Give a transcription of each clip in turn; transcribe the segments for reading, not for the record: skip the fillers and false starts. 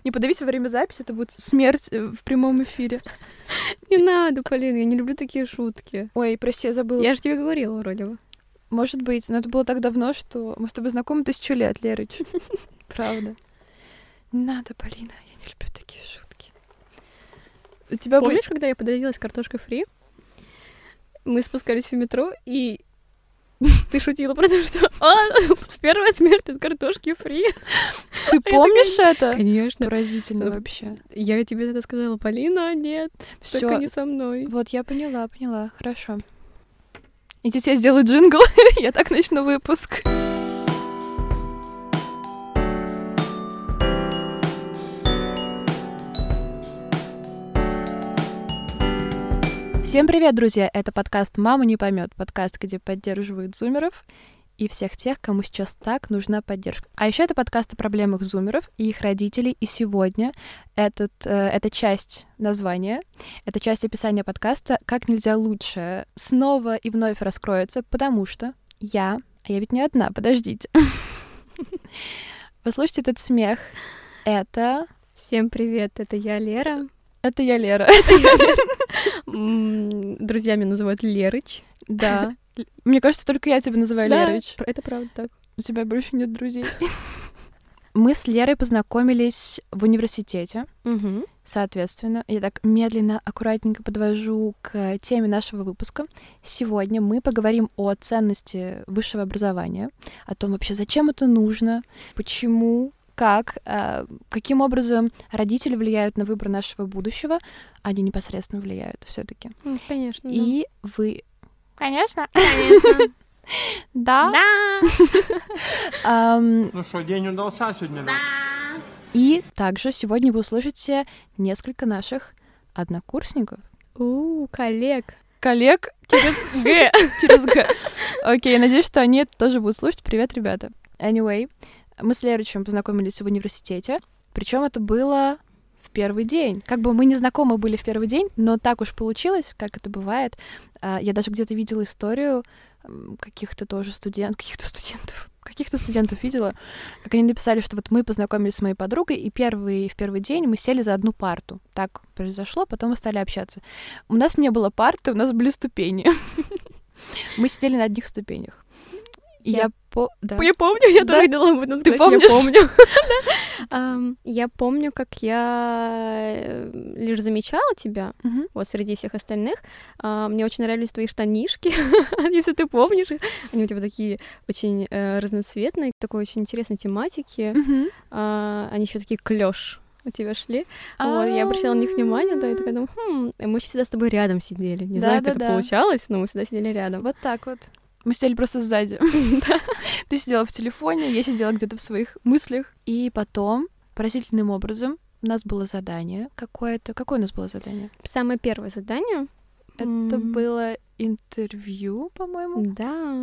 Не подавись во время записи, это будет смерть в прямом эфире. Не надо, Полин, я не люблю такие шутки. Ой, прости, я забыла. Я же тебе говорила вроде бы. Может быть, но это было так давно, что мы с тобой знакомы 1000 лет, Лерыч. Правда. Не надо, Полина, я не люблю такие шутки. У тебя Помнишь, когда я подавилась картошкой фри? Мы спускались в метро, и ты шутила про то, что первая смерть от картошки фри. Ты помнишь это? Конечно. Поразительно вообще. Я тебе это сказала, Полина, нет, только Всё. не со мной. Вот, я поняла, хорошо. Идите, я сделаю джингл, я так начну выпуск. Всем привет, друзья! Это подкаст «Мама не поймет», подкаст, где поддерживают зумеров и всех тех, кому сейчас так нужна поддержка. А еще это подкаст о проблемах зумеров и их родителей. И сегодня эта часть названия, эта часть описания подкаста как нельзя лучше снова и вновь раскроется, потому что я ведь не одна, подождите. Послушайте этот смех. Это... Всем привет, это я, Лера. Это я, Лера. Друзьями называют Лерыч. Да. Мне кажется, только я тебя называю Лерыч. Это правда так. У тебя больше нет друзей. Мы с Лерой познакомились в университете. Соответственно, я так медленно, аккуратненько подвожу к теме нашего выпуска. Сегодня мы поговорим о ценности высшего образования, о том вообще, зачем это нужно, почему, как, каким образом родители влияют на выбор нашего будущего. Они непосредственно влияют все-таки. Конечно. И вы... Конечно. Да. Ну что, день удался сегодня? Да. И также сегодня вы услышите несколько наших однокурсников. Коллег. Коллег через Г. Через Г. Окей, я надеюсь, что они это тоже будут слушать. Привет, ребята. Anyway, мы с Лерычем познакомились в университете. Причем это было в первый день. Как бы мы не знакомы были в первый день, но так уж получилось, как это бывает. Я даже где-то видела историю каких-то студентов видела, как они написали, что вот мы познакомились с моей подругой, и в первый день мы сели за одну парту. Так произошло, потом мы стали общаться. У нас не было парты, у нас были ступени. Мы сидели на одних ступенях. И я помню, я тоже видела об этом. Ты помнишь? Я помню. Я помню, как я лишь замечала тебя, вот среди всех остальных. Мне очень нравились твои штанишки, если ты помнишь. Они у тебя такие очень разноцветные, такой очень интересной тематики. Они еще такие клёш у тебя шли. Вот, я обращала на них внимание, да, и такая думаю, мы всегда с тобой рядом сидели. Не знаю, как это получалось, но мы всегда сидели рядом. Вот так вот. Мы сидели просто сзади. Ты сидела в телефоне, я сидела где-то в своих мыслях. И потом, поразительным образом, у нас было задание какое-то. Какое у нас было задание? Самое первое задание? Это было интервью, по-моему. Да.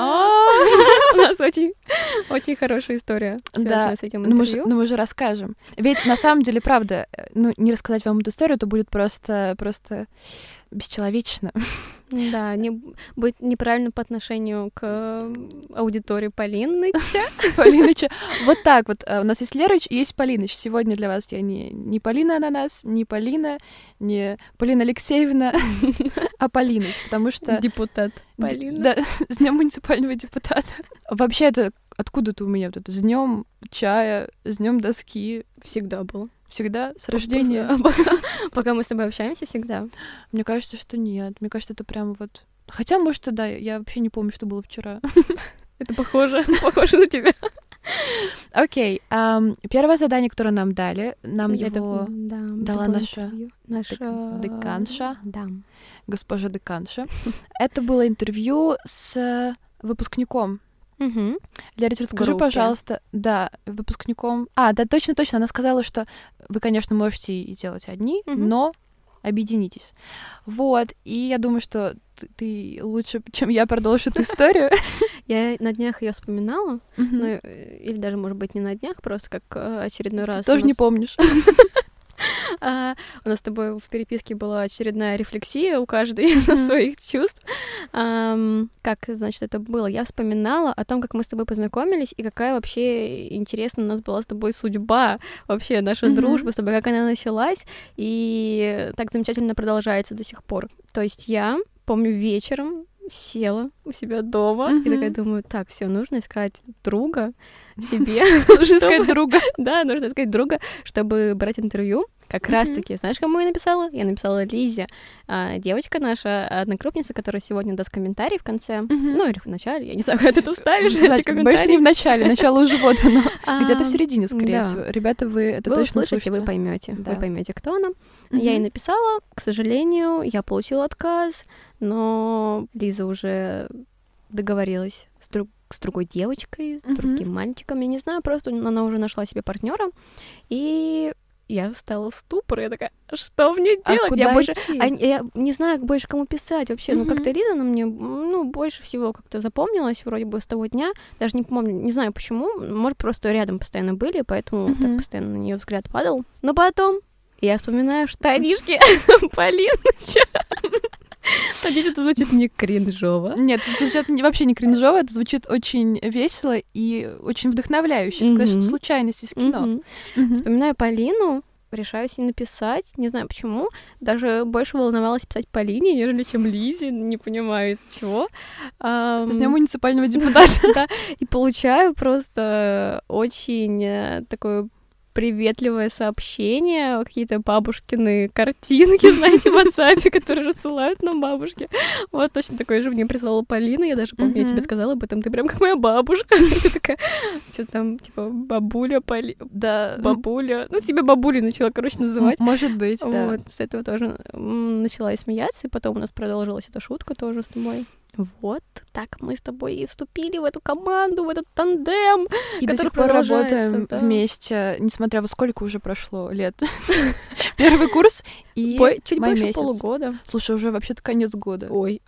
У нас очень хорошая история, связанная с этим интервью. Ну мы же расскажем. Ведь на самом деле, правда, не рассказать вам эту историю, то будет просто бесчеловечно. Да, будет неправильно по отношению к аудитории Полиныча. Полиныча. Вот так вот. У нас есть Лерыч и есть Полиныч. Сегодня для вас я не Полина Ананас, не Полина, не Полина Алексеевна, а Полиныч, потому что... Депутат Полина. Да, с днем муниципального депутата. Вообще это откуда-то у меня вот это с днем чая, с днем доски. Всегда было. Всегда? С рождения? Пока мы с тобой общаемся, всегда. Мне кажется, что нет. Мне кажется, это прям вот... Хотя, может, и да, я вообще не помню, что было вчера. Это похоже на тебя. Окей. Первое задание, которое нам дали, нам его дала наша деканша, госпожа деканша. Это было интервью с выпускником. Лерич, расскажи, пожалуйста, выпускником... да, точно, она сказала, что вы, конечно, можете и сделать одни, но объединитесь. Вот, и я думаю, что ты лучше, чем я, продолжишь эту историю. Я на днях ее вспоминала, или даже, может быть, не на днях, просто как очередной раз. Ты тоже не помнишь. У нас с тобой в переписке была очередная рефлексия у каждой своих чувств. Как, значит, это было? Я вспоминала о том, как мы с тобой познакомились, и какая вообще интересная у нас была с тобой судьба, вообще наша дружба с тобой, как она началась, и так замечательно продолжается до сих пор. То есть я помню, вечером села у себя дома и такая думаю, так, все, нужно искать друга себе. Нужно искать друга. Да, нужно искать друга, чтобы брать интервью. Как раз-таки, знаешь, кому я написала? Я написала Лизе, девочка наша, однокрупница, которая сегодня даст комментарий в конце, ну или в начале, я не знаю, когда ты тут вставишь эти комментарии. Боюсь, не в начале, начало уже вот оно, где-то в середине, скорее всего. Ребята, вы это точно услышите, вы поймете, кто она. Я ей написала, к сожалению, я получила отказ, но Лиза уже договорилась с другой девочкой, с другим мальчиком, я не знаю, просто она уже нашла себе партнера, и я встала в ступор, я такая, что мне делать? Я не знаю больше, кому писать вообще. Ну, как-то Лиза, она мне, больше всего как-то запомнилась вроде бы с того дня. Даже не помню, не знаю почему. Может, просто рядом постоянно были, поэтому так постоянно на нее взгляд падал. Но потом я вспоминаю штанишки Полиныча. Надеюсь, это звучит не кринжово. Нет, это звучит вообще не кринжово, это звучит очень весело и очень вдохновляюще. Это, конечно, случайность из кино. Вспоминаю Полину, решаюсь ей написать, не знаю почему, даже больше волновалась писать Полине, нежели чем Лизе, не понимаю из-за чего. С днём муниципального депутата. Да, и получаю просто очень такое приветливое сообщение, какие-то бабушкины картинки, знаете, в WhatsApp, которые рассылают нам бабушки. Вот точно такое же мне прислала Полина, я даже помню, я тебе сказала об этом, ты прям как моя бабушка. Ты такая, что там, типа, бабуля, да, бабуля, себя бабулей начала, называть. Может быть, да. Вот, с этого тоже начала и смеяться, и потом у нас продолжилась эта шутка тоже с тобой. Вот так мы с тобой и вступили в эту команду, в этот тандем. И до сих пор работаем вместе, несмотря во сколько уже прошло лет. Первый курс и чуть май больше месяц. Полугода. Слушай, уже вообще-то конец года. Ой.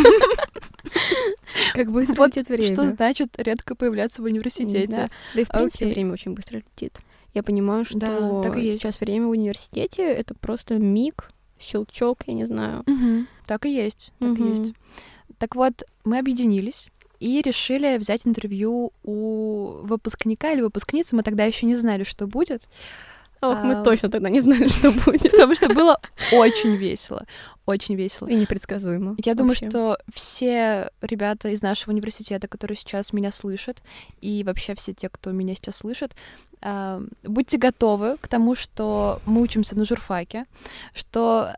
Как быстро вот летит время. Что значит редко появляться в университете. Да и в принципе время очень быстро летит. Я понимаю, что сейчас время в университете — это просто миг, щелчок, я не знаю. Так и есть, так и есть. Так вот, мы объединились и решили взять интервью у выпускника или выпускницы. Мы тогда еще не знали, что будет. Мы точно тогда не знали, что будет. Потому что было очень весело. Очень весело. И непредсказуемо. Я думаю, что все ребята из нашего университета, которые сейчас меня слышат, и вообще все те, кто меня сейчас слышит, будьте готовы к тому, что мы учимся на журфаке, что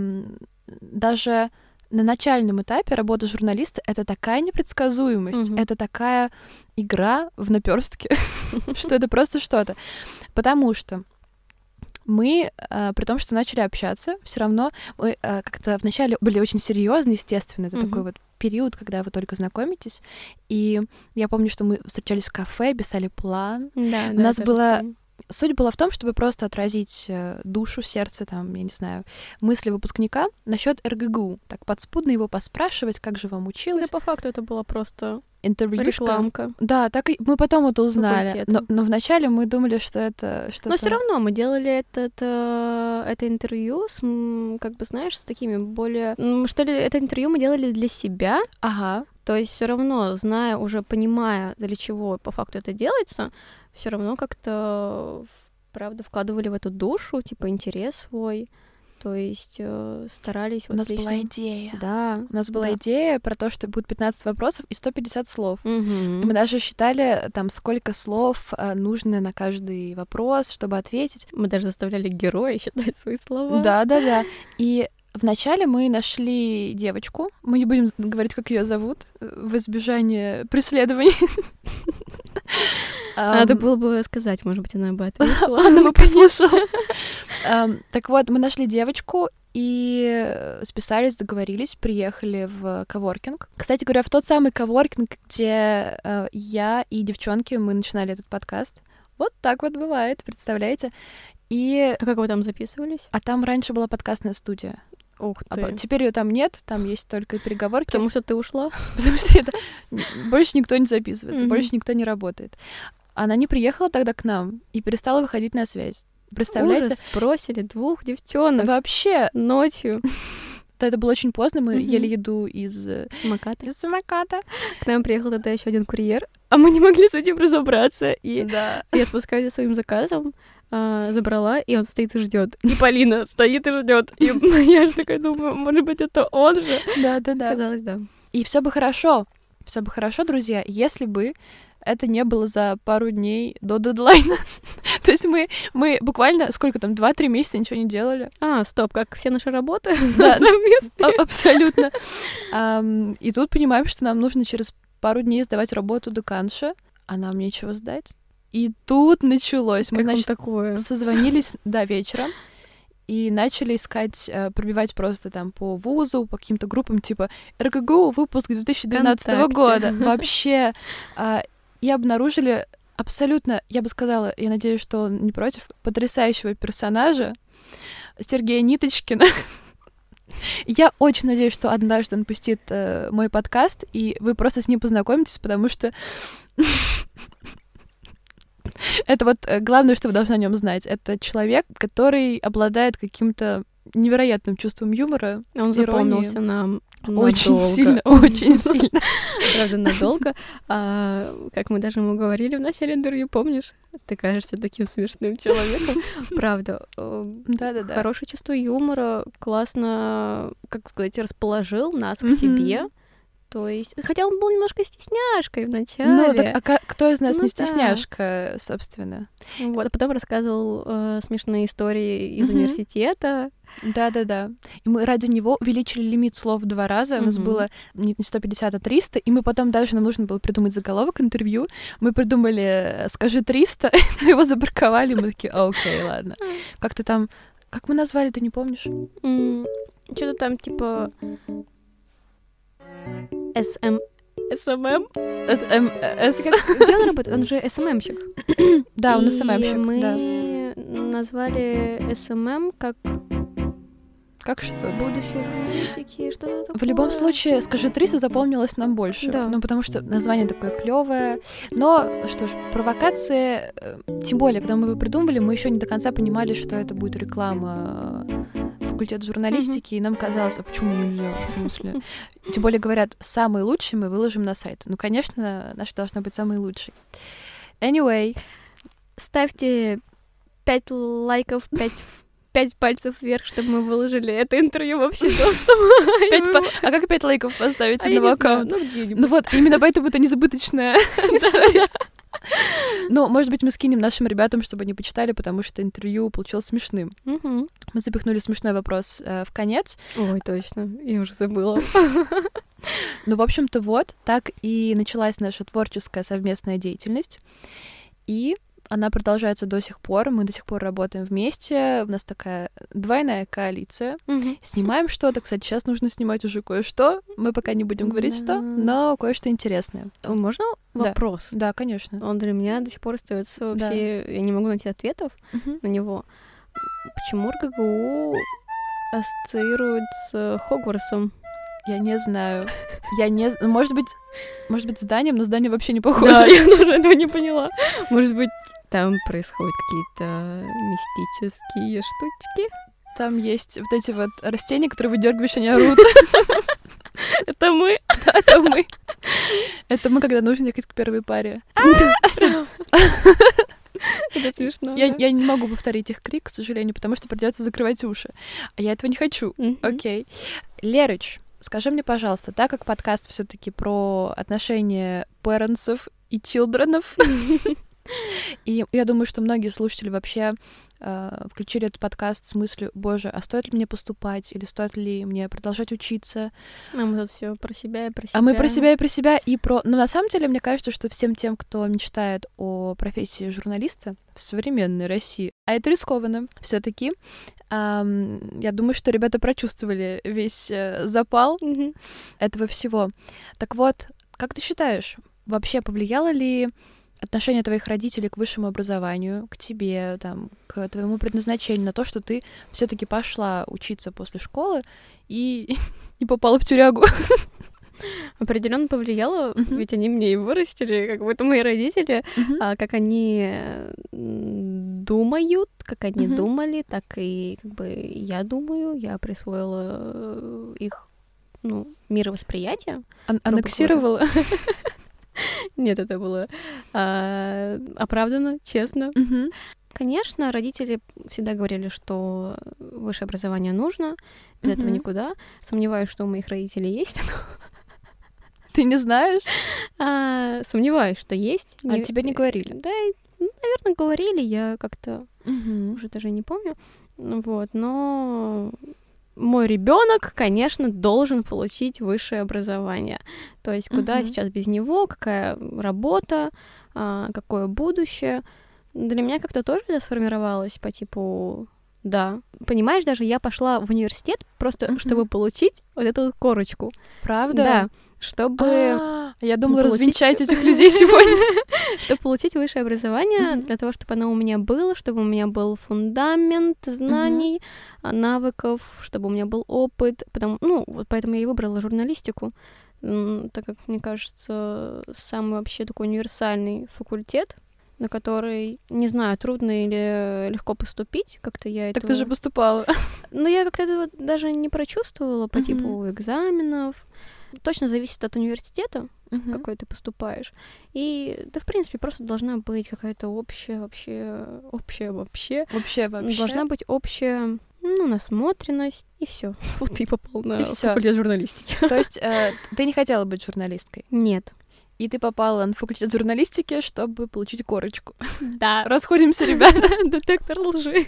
даже на начальном этапе работы журналиста это такая непредсказуемость, это такая игра в наперстке, что это просто что-то. Потому что мы, при том, что начали общаться, все равно мы как-то вначале были очень серьезны, естественно, это такой вот период, когда вы только знакомитесь. И я помню, что мы встречались в кафе, писали план. У нас было... Суть была в том, чтобы просто отразить душу, сердце, там, я не знаю, мысли выпускника насчет РГГУ. Так подспудно его поспрашивать, как же вам училось. Да, по факту это была просто интервьюшка. Рекламка. Да, так и мы потом это узнали. Но вначале мы думали, что это что-то... Но все равно мы делали это интервью с, как бы, знаешь, с такими более... Что ли, это интервью мы делали для себя. Ага. То есть все равно, зная, уже понимая, для чего по факту это делается, все равно как-то, правда, вкладывали в эту душу, типа, интерес свой. То есть старались... У нас была идея. Да. У нас была идея про то, что будет 15 вопросов и 150 слов. И мы даже считали, там, сколько слов нужно на каждый вопрос, чтобы ответить. Мы даже заставляли героя считать свои слова. Да. И вначале мы нашли девочку. Мы не будем говорить, как ее зовут, в избежание преследований. Надо было бы сказать, может быть, она бы ответила. Она бы послушала. Так вот, мы нашли девочку и списались, договорились, приехали в коворкинг. Кстати говоря, в тот самый коворкинг, где я и девчонки, мы начинали этот подкаст. Вот так вот бывает, представляете? А как вы там записывались? А там раньше была подкастная студия. Ух ты. Теперь ее там нет, там есть только переговорки. Потому что ты ушла? Потому что больше никто не записывается, больше никто не работает. Она не приехала тогда к нам и перестала выходить на связь. Представляете? Ужас, бросили 2 девчонок. Вообще. Ночью. Это было очень поздно, мы ели еду из самоката. К нам приехал тогда еще один курьер, а мы не могли с этим разобраться. И я спускаюсь за своим заказом, забрала, и он стоит и ждет. И Полина стоит и ждет. И я же такая думаю, может быть, это он же. Да. Казалось, да. И все бы хорошо, друзья, если бы это не было за пару дней до дедлайна. То есть мы буквально, сколько там, 2-3 месяца ничего не делали. Стоп, как все наши работы? Да, абсолютно. И тут понимаем, что нам нужно через пару дней сдавать работу деканше, а нам нечего сдать. И тут началось. Мы, значит, созвонились, вечером, и начали искать, пробивать просто там по вузу, по каким-то группам, типа РГГУ, выпуск 2012 года. Вообще. И обнаружили абсолютно, я бы сказала, я надеюсь, что он не против, потрясающего персонажа Сергея Ниточкина. Я очень надеюсь, что однажды он пустит мой подкаст, и вы просто с ним познакомитесь, потому что это вот главное, что вы должны о нем знать. Это человек, который обладает каким-то невероятным чувством юмора. Он запомнился нам очень сильно. Правда, надолго. Как мы даже ему говорили в начале интервью, помнишь? Ты кажешься таким смешным человеком. Правда. Да. Хорошее чувство юмора, классно, как сказать, расположил нас к себе. То есть, хотя он был немножко стесняшкой вначале. Ну, так, кто из нас не стесняшка, собственно? Вот, а потом рассказывал смешные истории из университета. Да. И мы ради него увеличили лимит слов в 2 раза. У нас было не 150, а 300. И мы потом даже, нам нужно было придумать заголовок интервью. Мы придумали «Скажи 300», но его забраковали. Мы такие, окей, ладно. Как-то там... Как мы назвали, ты не помнишь? Что-то там, типа... СММ? Где он работает? Он же СММщик. Да, он СММщик. Мы назвали СММ как что-то. Будущее журналистики, что-то такое. В любом случае, «Скажи 300» запомнилось нам больше. Да. Ну, потому что название такое клёвое. Но, что ж, провокации... Тем более, когда мы его придумали, мы еще не до конца понимали, что это будет реклама факультета журналистики, и нам казалось, а почему нельзя? В смысле? Тем более, говорят, самые лучшие мы выложим на сайт. Ну, конечно, наша должна быть самой лучшей. Anyway. Ставьте 5 лайков, 5 пальцев вверх, чтобы мы выложили это интервью вообще доступом. А как 5 лайков поставить одного аккаунта? Ну вот, именно поэтому это незабыточная история. Ну, может быть, мы скинем нашим ребятам, чтобы они почитали, потому что интервью получилось смешным. Мы запихнули смешной вопрос в конец. Ой, точно, я уже забыла. Ну, в общем-то, вот, так и началась наша творческая совместная деятельность. И она продолжается до сих пор. Мы до сих пор работаем вместе. У нас такая двойная коалиция. Снимаем что-то. Кстати, сейчас нужно снимать уже кое-что. Мы пока не будем говорить, что, но кое-что интересное. Можно вопрос? Да, конечно. Он для меня до сих пор остается вообще... Я не могу найти ответов на него. Почему РГГУ ассоциирует с Хогвартсом? Я не знаю. Может быть, зданием, но здание вообще не похоже. Да, я тоже этого не поняла. Может быть, там происходят какие-то мистические штучки? Там есть вот эти вот растения, которые выдергиваешь, они орут. Это мы? Да, это мы. Это мы, когда нужно ехать к первой паре. Это смешно. Я не могу повторить их крик, к сожалению, потому что придется закрывать уши. А я этого не хочу. Окей. Лерыч, скажи мне, пожалуйста, так как подкаст все-таки про отношения парентсов и чилдренов, и я думаю, что многие слушатели вообще включили этот подкаст с мыслью: боже, а стоит ли мне поступать, или стоит ли мне продолжать учиться? А мы тут все про себя и про себя. А мы про себя и про себя, и про... Но на самом деле, мне кажется, что всем тем, кто мечтает о профессии журналиста в современной России, а это рискованно все-таки, я думаю, что ребята прочувствовали весь запал этого всего. Так вот, как ты считаешь, вообще повлияло ли отношение твоих родителей к высшему образованию, к тебе, там, к твоему предназначению, на то, что ты все-таки пошла учиться после школы и не попала в тюрягу? Определенно повлияло, ведь они меня и вырастили, как бы это мои родители, как они думают, как они думали, так и как бы я думаю, я присвоила их, мировосприятие. Аннексировала? Нет, это было оправдано, честно. Конечно, родители всегда говорили, что высшее образование нужно, без этого никуда. Сомневаюсь, что у моих родителей есть. Ты не знаешь? Сомневаюсь, что есть. А тебе не говорили? Да, наверное, говорили, я как-то уже даже не помню. Вот, но мой ребенок, конечно, должен получить высшее образование. То есть куда сейчас без него, какая работа, какое будущее. Для меня как-то тоже это сформировалось по типу, да. Понимаешь, даже я пошла в университет просто, чтобы получить вот эту вот корочку. Правда? Да, чтобы... Я думала развенчать этих людей сегодня. Чтобы получить высшее образование, для того, чтобы оно у меня было, чтобы у меня был фундамент знаний, навыков, чтобы у меня был опыт. Вот поэтому я и выбрала журналистику, так как, мне кажется, самый вообще такой универсальный факультет, на который, не знаю, трудно или легко поступить, как-то я Так ты же поступала. Но я как-то этого даже не прочувствовала по типу экзаменов. Точно зависит от университета, в какой ты поступаешь. И, да, в принципе, просто должна быть какая-то общая вообще. Должна быть общая, насмотренность, и все. Вот ты попал на факультет журналистики. То есть ты не хотела быть журналисткой? Нет. И ты попала на факультет журналистики, чтобы получить корочку. Да. Расходимся, ребята. Детектор лжи.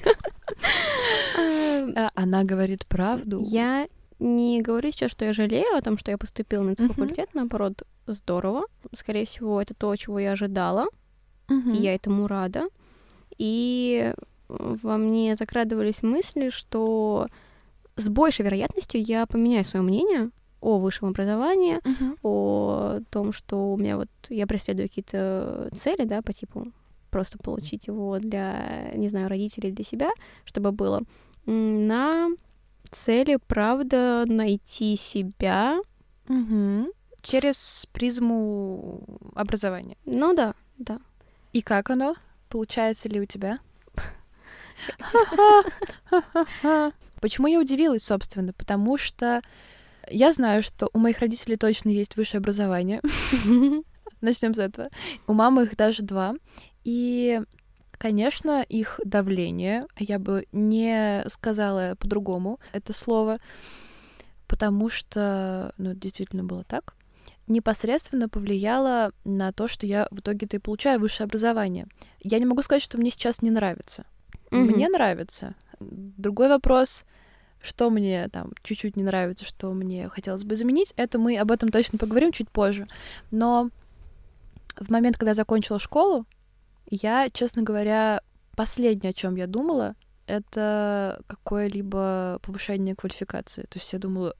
Она говорит правду. Я не говорю сейчас, что я жалею о том, что я поступила на этот факультет. Наоборот, здорово. Скорее всего, это то, чего я ожидала. И я этому рада. И во мне закрадывались мысли, что с большей вероятностью я поменяю свое мнение о высшем образовании, о том, что у меня я преследую какие-то цели, да, по типу просто получить его для, не знаю, родителей, для себя, чтобы было, на цели, правда, найти себя. Через призму образования. Ну да. И как оно? Получается ли у тебя? Почему я удивилась, собственно? Потому что я знаю, что у моих родителей точно есть высшее образование. Начнем с этого. У мамы их даже 2. И, конечно, их давление, я бы не сказала по-другому это слово, потому что, действительно было так, непосредственно повлияло на то, что я в итоге-то и получаю высшее образование. Я не могу сказать, что мне сейчас не нравится. Мне нравится. Другой вопрос, что мне там чуть-чуть не нравится, что мне хотелось бы изменить, это мы об этом точно поговорим чуть позже. Но в момент, когда я закончила школу, я, честно говоря, последнее, о чем я думала, это какое-либо повышение квалификации. То есть я думала,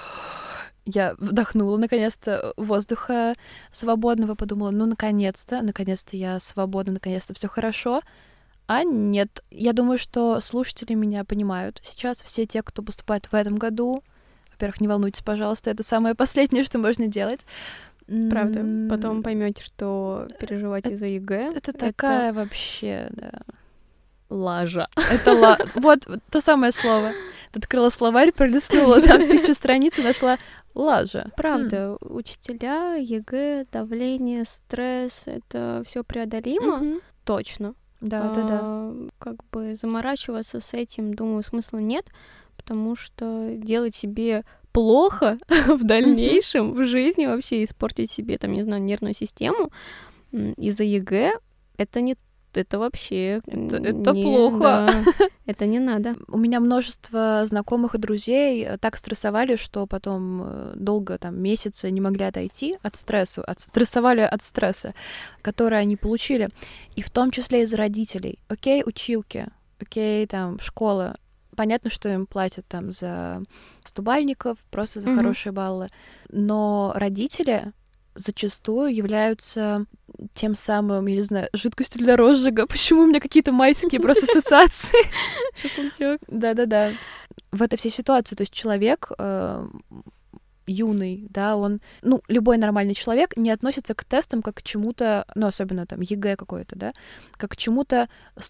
я вдохнула наконец-то воздуха свободного, подумала, наконец-то я свободна, наконец-то все хорошо. А нет, я думаю, что слушатели меня понимают. Сейчас все те, кто поступает в этом году, во-первых, не волнуйтесь, пожалуйста, это самое последнее, что можно делать. Правда, потом поймете, что переживать из-за ЕГЭ. Это такая вообще, да. Лажа. Это вот то самое слово. Ты открыла словарь, пролистнула там 1000 страниц и нашла лажа. Правда, учителя, ЕГЭ, давление, стресс, это все преодолимо, точно. Да. Как бы заморачиваться с этим, думаю, смысла нет, потому что делать себе плохо в дальнейшем в жизни, вообще испортить себе, там, не знаю, нервную систему из-за ЕГЭ, это вообще... Это плохо. Да, это не надо. У меня множество знакомых и друзей так стрессовали, что потом долго, месяцы не могли отойти от стресса, стрессовали от стресса, который они получили. И в том числе из-за родителей. Окей, училки, окей, школа. Понятно, что им платят за стубальников, просто за хорошие баллы. Но родители зачастую являются тем самым, я не знаю, жидкостью для розжига. Почему у меня какие-то майские просто ассоциации? Шашлычок. Да. В этой всей ситуации, то есть человек юный, да, он, ну, любой нормальный человек не относится к тестам как к чему-то, ну, особенно там ЕГЭ какое-то, да, как к чему-то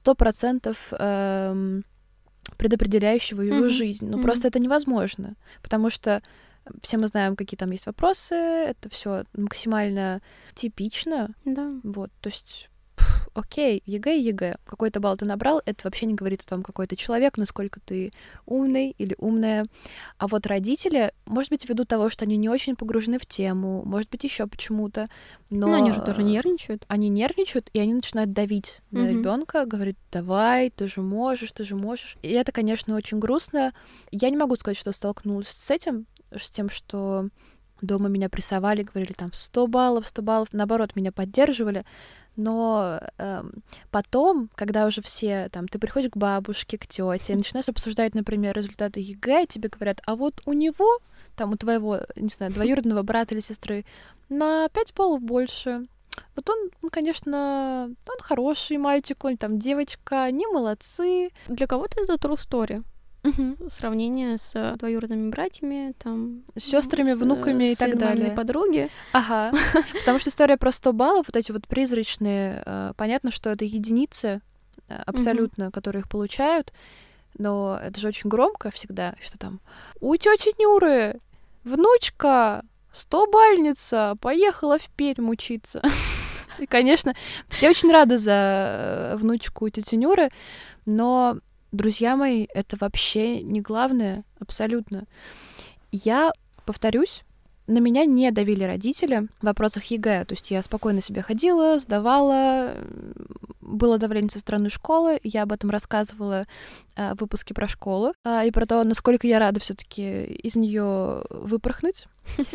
100% предопределяющего его жизнь. Ну, просто это невозможно, потому что все мы знаем, какие там есть вопросы, это все максимально типично. Да. Вот, то есть, окей, ЕГЭ. Какой-то балл ты набрал, это вообще не говорит о том, какой ты человек, насколько ты умный или умная. А вот родители, может быть, ввиду того, что они не очень погружены в тему, может быть, еще почему-то, но они же тоже нервничают. Они нервничают, и они начинают давить на ребенка, говорят: давай, ты же можешь. И это, конечно, очень грустно. Я не могу сказать, что столкнулась с этим, с тем, что дома меня прессовали, говорили там 100 баллов, наоборот, меня поддерживали. Но потом, когда уже все, там, ты приходишь к бабушке, к тете, начинаешь обсуждать, например, результаты ЕГЭ, тебе говорят: а вот у него, там, у твоего, не знаю, двоюродного брата или сестры на 5 баллов больше. Вот он, конечно, он хороший мальчик, он там девочка, они молодцы. Для кого-то это true story. Сравнение с двоюродными братьями, там, с сестрами, внуками и так далее. Подруги. Ага. Потому что история про 100 баллов, вот эти вот призрачные, понятно, что это единицы абсолютно, которые их получают, но это же очень громко всегда, что там: у тети Нюры внучка 100-бальница поехала в Пермь учиться. И, конечно, все очень рады за внучку тети Нюры, но, друзья мои, это вообще не главное, абсолютно. Я повторюсь, на меня не давили родители в вопросах ЕГЭ. То есть я спокойно себе ходила, сдавала, было давление со стороны школы, я об этом рассказывала в выпуске про школу, и про то, насколько я рада все-таки из нее выпорхнуть.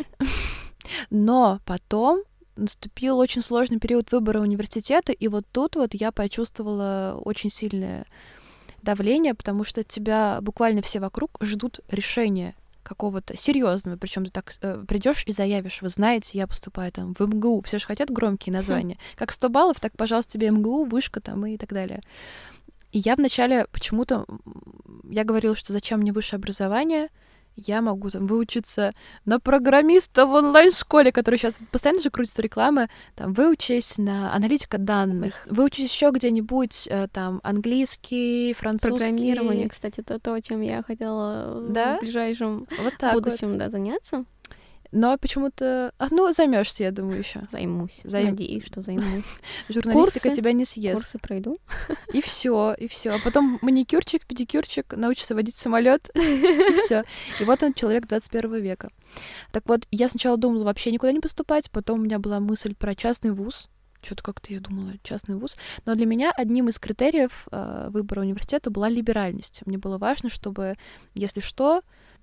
Но потом наступил очень сложный период выбора университета, и вот тут вот я почувствовала очень сильное давление, потому что тебя буквально все вокруг ждут решения какого-то серьезного, причем ты так придешь и заявишь: вы знаете, я поступаю там в МГУ, все же хотят громкие названия, как 100 баллов, так, пожалуйста, тебе МГУ, вышка там и так далее. И я вначале почему-то, я говорила, что зачем мне высшее образование, я могу там выучиться на программиста в онлайн-школе, которая сейчас постоянно же крутится реклама, там, выучись на аналитика данных, выучись еще где-нибудь, там, английский, французский. Программирование, кстати, это то, чем я хотела в ближайшем будущем заняться. Но почему-то... займешься, я думаю, еще. Займусь. Надеюсь, что займусь. Журналистика тебя не съест. Курсы пройду. И все. А потом маникюрчик, педикюрчик, научишься водить самолет, и все. И вот он, человек 21 века. Так вот, я сначала думала вообще никуда не поступать, потом у меня была мысль про частный вуз. Что-то как-то я думала, частный вуз. Но для меня одним из критериев выбора университета была либеральность. Мне было важно, чтобы, если что,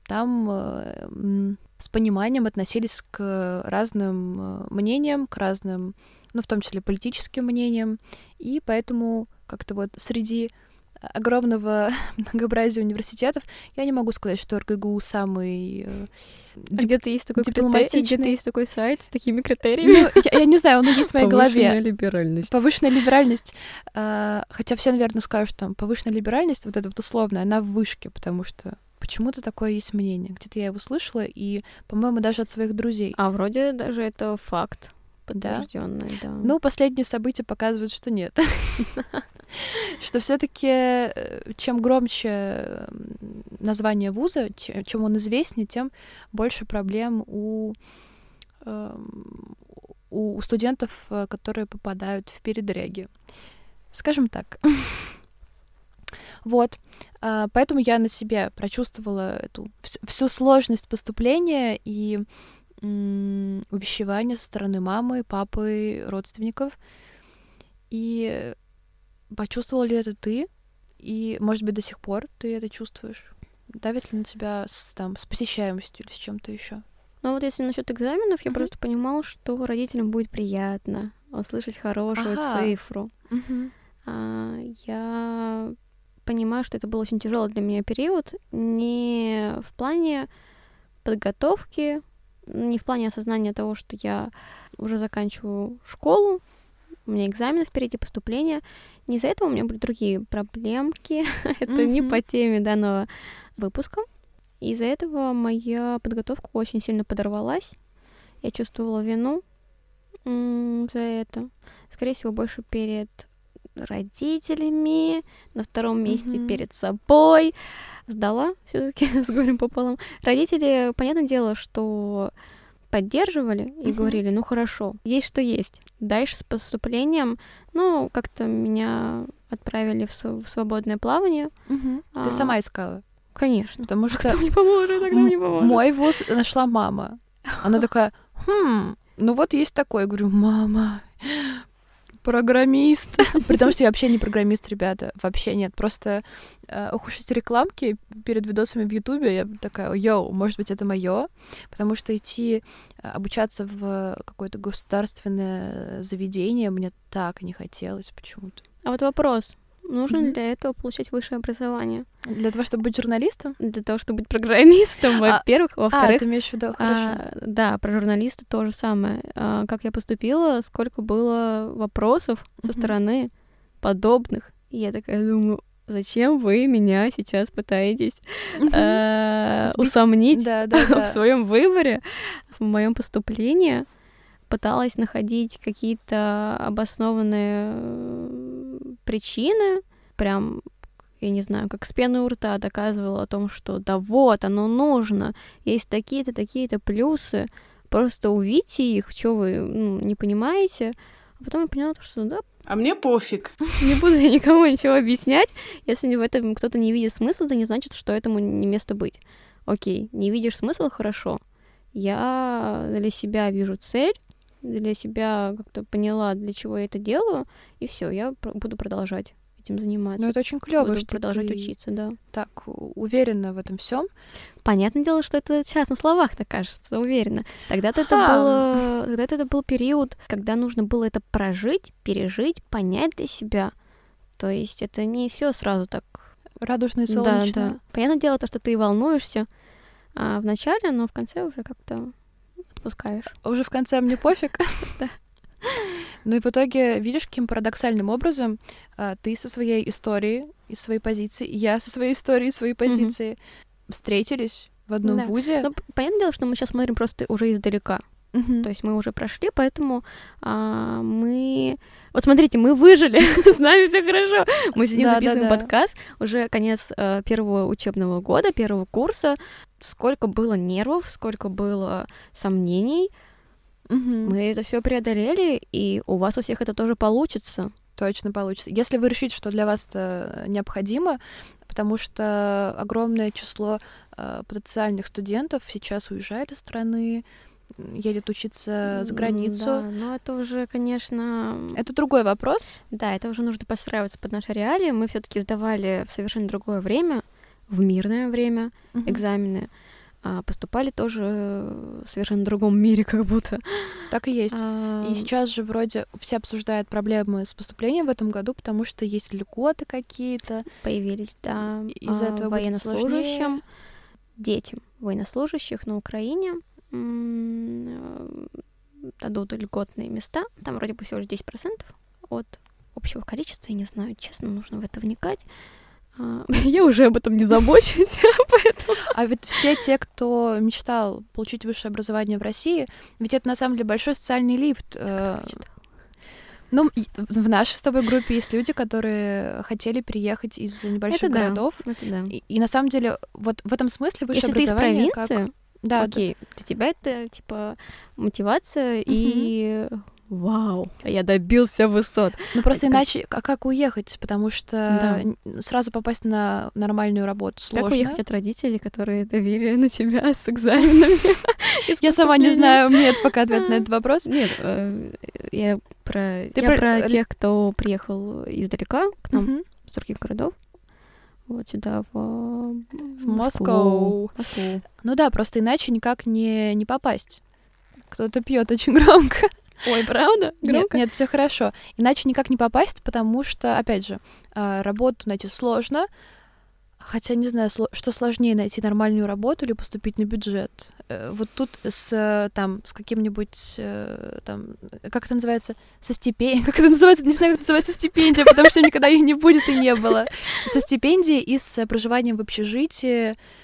там с пониманием относились к разным мнениям, к разным, в том числе политическим мнениям. И поэтому как-то вот среди огромного многообразия университетов я не могу сказать, что РГГУ самый где-то есть такой дипломатичный, где-то есть такой сайт с такими критериями. Я не знаю, он есть в моей голове. Повышенная либеральность. Хотя все, наверное, скажут, что там повышенная либеральность, вот эта вот условная, она в вышке, потому что почему-то такое есть мнение. Где-то я его слышала, и, по-моему, даже от своих друзей. А вроде даже это факт подтвержденный, да. Последние события показывают, что нет. Что все-таки чем громче название вуза, чем он известнее, тем больше проблем у студентов, которые попадают в передряги. Скажем так. Вот. Поэтому я на себе прочувствовала эту всю сложность поступления и увещевания со стороны мамы, папы, родственников. И почувствовала ли это ты? И, может быть, до сих пор ты это чувствуешь? Давит ли на тебя с посещаемостью или с чем-то еще? Ну вот если насчет экзаменов, я просто понимала, что родителям будет приятно услышать хорошую цифру. Я понимаю, что это был очень тяжелый для меня период, не в плане подготовки, не в плане осознания того, что я уже заканчиваю школу, у меня экзамены впереди, поступления. Не из-за этого у меня были другие проблемки. Это не по теме данного выпуска. Из-за этого моя подготовка очень сильно подорвалась. Я чувствовала вину за это. Скорее всего, больше перед родителями, на втором месте перед собой. Сдала всё-таки с горем пополам. Родители, понятное дело, что поддерживали и говорили, ну хорошо, есть что есть. Дальше с поступлением, ну, как-то меня отправили в свободное плавание. Ты сама искала? Конечно. Потому что кто мне поможет, тогда мне поможет. Мой вуз нашла мама. Она такая, ну вот есть такой. Я говорю, мама, программист. При том, что я вообще не программист, ребята. Вообще нет. Просто ухудшить рекламки перед видосами в Ютубе. Я такая, йоу, может быть, это моё. Потому что идти обучаться в какое-то государственное заведение мне так не хотелось почему-то. А вот вопрос. Нужно ли для этого получать высшее образование? Для того, чтобы быть журналистом? Для того, чтобы быть программистом, во-первых. Во-вторых... ты имеешь в виду, хорошо. Да, про журналиста то же самое. Как я поступила, сколько было вопросов со стороны подобных. И я такая думаю, зачем вы меня сейчас пытаетесь усомнить в своем выборе, в моем поступлении? Пыталась находить какие-то обоснованные причины, прям, я не знаю, как с пены у рта доказывала о том, что да вот, оно нужно, есть такие-то, такие-то плюсы, просто увидите их, что вы не понимаете. А потом я поняла, что да. А мне пофиг. Не буду я никому ничего объяснять. Если в этом кто-то не видит смысла, это не значит, что этому не место быть. Окей, не видишь смысла, хорошо. Я для себя вижу цель, для себя как-то поняла, для чего я это делаю, и все, я буду продолжать этим заниматься. Ну, это очень клёво, что продолжать ты учиться, да. Так уверена в этом всем. Понятное дело, что это сейчас на словах так кажется, уверена. Тогда-то это был период, когда нужно было это прожить, пережить, понять для себя. То есть это не все сразу так радужно и солнечно. Да. Понятное дело, то, что ты волнуешься в начале, но в конце уже как-то отпускаешь. Уже в конце мне пофиг. Да. Ну и в итоге, видишь, каким парадоксальным образом ты со своей историей и своей позиции, я со своей историей и своей позиции встретились в одном вузе. Ну, понятное дело, что мы сейчас смотрим просто уже издалека. То есть мы уже прошли, поэтому мы... Вот смотрите, мы выжили, с нами все хорошо. Мы сидим, записываем подкаст, уже конец первого учебного года, первого курса. Сколько было нервов, сколько было сомнений. Мы это все преодолели, и у вас у всех это тоже получится. Точно получится. Если вы решите, что для вас это необходимо, потому что огромное число потенциальных студентов сейчас уезжает из страны, едет учиться за границу. Да, но это уже, конечно... Это другой вопрос. Да, это уже нужно подстраиваться под наши реалии. Мы все-таки сдавали в совершенно другое время, в мирное время экзамены. Поступали тоже в совершенно другом мире, как будто. Так и есть. И сейчас же вроде все обсуждают проблемы с поступлением в этом году, потому что есть льготы какие-то. Появились, да. Из-за этого военнослужащим, детям военнослужащих на Украине дадут льготные места. Там вроде бы всего лишь 10% от общего количества. Я не знаю, честно, нужно в это вникать. Я уже об этом не забочусь, поэтому... А ведь все те, кто мечтал получить высшее образование в России, ведь это на самом деле большой социальный лифт. Ну, в нашей с тобой группе есть люди, которые хотели переехать из небольших городов. И на самом деле вот в этом смысле высшее образование... Если ты из провинции, да, окей, для тебя это типа мотивация и... Вау, я добился высот. Ну просто иначе, как уехать? Потому что сразу попасть на нормальную работу сложно. Как уехать от родителей, которые давили на тебя с экзаменами? Я сама не знаю, у меня нет пока ответа на этот вопрос. Нет, я про тех, кто приехал издалека к нам, с других городов. Вот сюда, в Москву. Ну да, просто иначе никак не попасть. Кто-то пьет очень громко. Ой, правда? Громко? Нет, все хорошо. Иначе никак не попасть, потому что, опять же, работу найти сложно. Хотя не знаю, что сложнее, найти нормальную работу или поступить на бюджет. Вот тут с каким-нибудь, как это называется, со стипендией, как это называется, не знаю, как это называется стипендия, потому что никогда их не будет и не было. Со стипендией и с проживанием в общежитии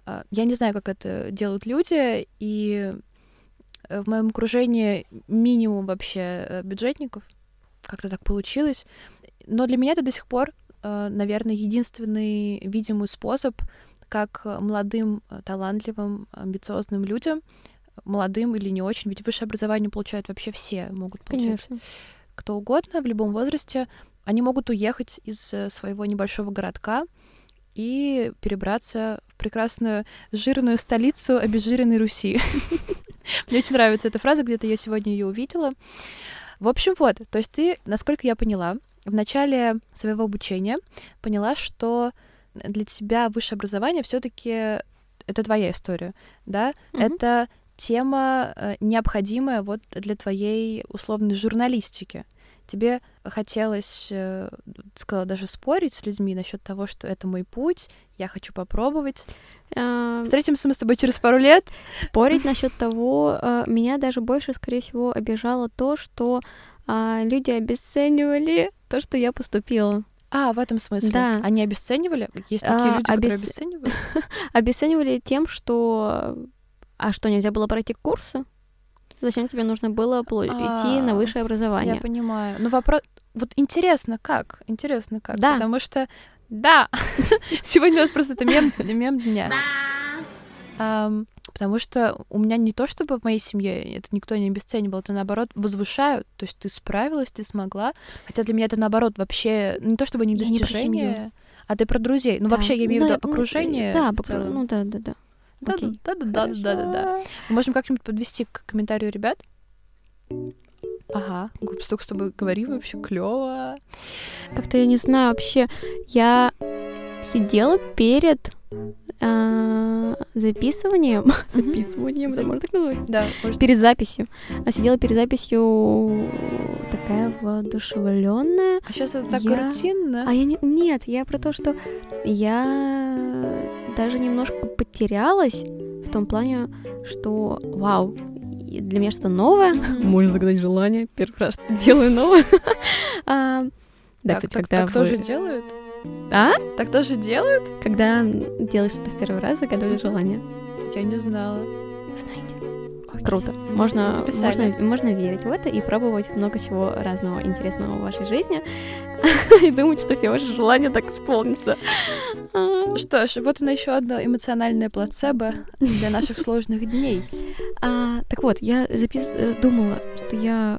Я не знаю, как это делают люди, и в моем окружении минимум вообще бюджетников. Как-то так получилось. Но для меня это до сих пор, наверное, единственный видимый способ, как молодым, талантливым, амбициозным людям, молодым или не очень, ведь высшее образование получают вообще все, могут получать кто угодно в любом возрасте, они могут уехать из своего небольшого городка и перебраться в прекрасную жирную столицу обезжиренной Руси. Мне очень нравится эта фраза, где-то я сегодня ее увидела. В общем, вот, то есть ты, насколько я поняла, в начале своего обучения поняла, что для тебя высшее образование все-таки это твоя история, да? Это тема необходимая вот для твоей условной журналистики. Тебе хотелось, ты сказала, даже спорить с людьми насчет того, что это мой путь, я хочу попробовать. Встретимся мы с тобой через пару лет. Спорить насчет того, меня даже больше, скорее всего, обижало то, что люди обесценивали то, что я поступила. В этом смысле? Да. Они обесценивали? Есть такие люди, которые обесценивают? Обесценивали тем, что... А что, нельзя было пройти курсы? Зачем тебе нужно было идти на высшее образование? Я понимаю. Но вопрос... Вот интересно, как? Да. Потому что... Да! Сегодня у нас просто это мем дня. Потому что у меня не то, чтобы в моей семье это никто не обесценивал, это наоборот возвышают. То есть ты справилась, ты смогла. Хотя для меня это наоборот вообще не то, чтобы не достижение, а ты про друзей. Ну, вообще, я имею в виду окружение. Да, да. Да. Мы можем как-нибудь подвести к комментарию ребят. Ага, столько с тобой говорим, вообще клёво. Как-то я не знаю, вообще, я сидела перед записыванием, можно так назвать? Да, перед записью. Сидела перед записью такая воодушевлённая. А сейчас это так рутинно. Нет, я про то, что я даже немножко потерялась в том плане, что вау, для меня что-то новое. Можно загадать желание. Первый раз что-то делаю новое. Да, кстати, когда так тоже делают? Так тоже делают? Когда делаешь что-то в первый раз, загадываешь желание. Я не знала. Знаете. Круто. Можно верить в это и пробовать много чего разного интересного в вашей жизни. И думать, что все ваши желания так исполнятся. Что ж, вот оно еще одно эмоциональное плацебо для наших сложных дней. Так вот, я думала, что я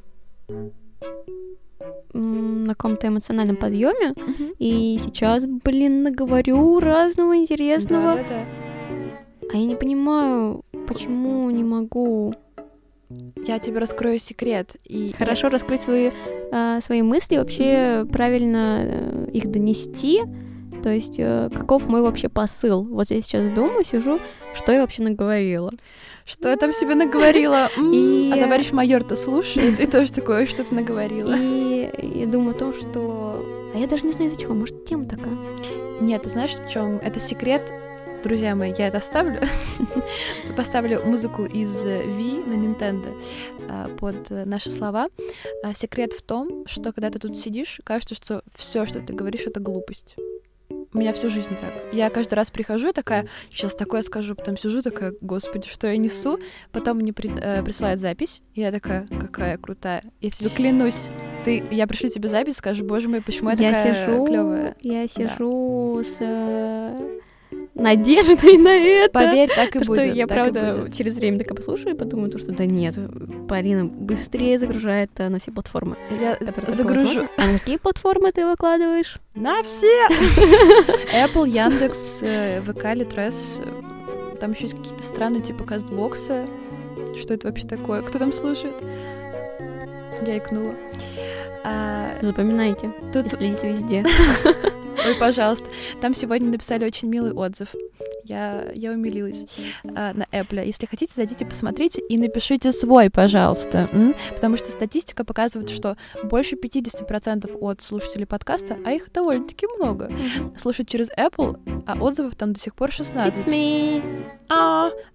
на каком-то эмоциональном подъеме, и сейчас, наговорю разного интересного. Да. А я не понимаю, почему не могу. Я тебе раскрою секрет. Хорошо раскрыть свои мысли, вообще правильно их донести. То есть, каков мой вообще посыл? Вот я сейчас думаю, сижу, что я вообще наговорила. Что я там себе наговорила? А товарищ майор-то слушает, и тоже такое, что ты наговорила. И я думаю о том, что... А я даже не знаю, из-за чего. Может, тема такая? Нет, ты знаешь, в чем? Это секрет. Друзья мои, я это оставлю. Поставлю музыку из Wii на Nintendo под наши слова. Секрет в том, что когда ты тут сидишь, кажется, что все, что ты говоришь, это глупость. У меня всю жизнь так. Я каждый раз прихожу такая, сейчас такое скажу, потом сижу такая, господи, что я несу. Потом мне присылают запись, и я такая, какая крутая. Я тебе клянусь, я пришлю тебе запись, скажу, боже мой, почему я такая клёвая. Я сижу с надеждой на это. Поверь, так и будет. Что я, правда, через время такая послушаю и подумаю, что да нет, Полина быстрее загружает на все платформы. Я загружу. А на какие платформы ты выкладываешь? На все! Apple, Яндекс, ВК, Литрес. Там еще есть какие-то страны типа Кастбокса. Что это вообще такое? Кто там слушает? Я икнула. Запоминайте. И следите везде. Ой, пожалуйста. Там сегодня написали очень милый отзыв. Я умилилась на Apple. Если хотите, зайдите, посмотрите и напишите свой, пожалуйста. Потому что статистика показывает, что больше 50% от слушателей подкаста, а их довольно-таки много, слушают через Apple, а отзывов там до сих пор 16. It's me.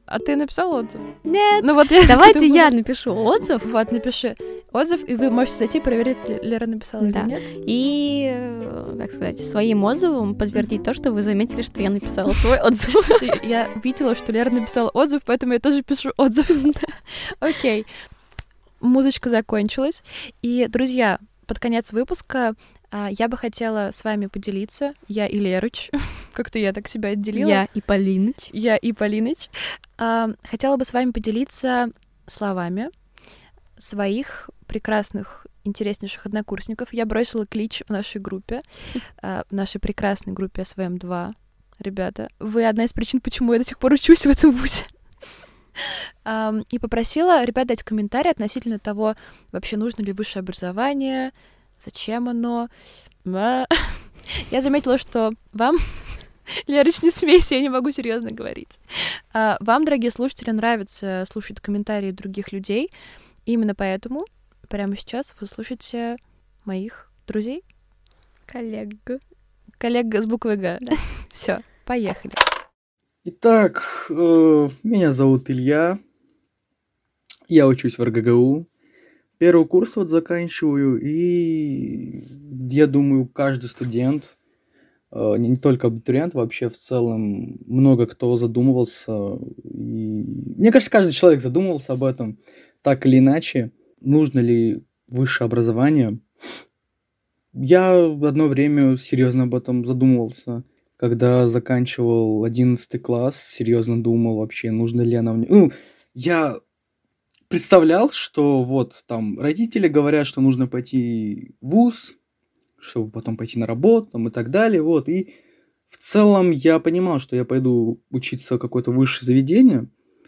А ты написал отзыв? Нет. Ну, вот Давай я напишу отзыв. Вот, напиши отзыв, и вы можете зайти проверить, Лера написала или нет. И, как сказать, своим отзывом подтвердить то, что вы заметили, что я написала свой отзыв. Я видела, что Лера написала отзыв, поэтому я тоже пишу отзыв. Окей. Музычка закончилась. И, друзья, под конец выпуска я бы хотела с вами поделиться. Я и Лерыч. Как-то я так себя отделила. Я и Полиныч. Хотела бы с вами поделиться словами своих прекрасных, интереснейших однокурсников. Я бросила клич в нашей группе, в нашей прекрасной группе СВМ-2. Ребята, вы одна из причин, почему я до сих пор учусь в этом вузе. И попросила ребят дать комментарии относительно того, вообще нужно ли высшее образование, зачем оно. Я заметила, что вам... Лерыч, не смейся, я не могу серьезно говорить. Вам, дорогие слушатели, нравится слушать комментарии других людей. И именно поэтому прямо сейчас вы слушаете моих друзей. Коллег с буквой Г. Да. Все, поехали. Итак, меня зовут Илья. Я учусь в РГГУ. Первый курс вот заканчиваю. И я думаю, каждый студент, не только абитуриент, вообще в целом много кто задумывался. И мне кажется, каждый человек задумывался об этом, так или иначе, нужно ли высшее образование. Я одно время серьезно об этом задумывался, когда заканчивал 11 класс, серьезно думал вообще, нужно ли она мне... Ну, я представлял, что вот там родители говорят, что нужно пойти в вуз, чтобы потом пойти на работу там, и так далее, вот, и в целом я понимал, что я пойду учиться в какое-то высшее заведение,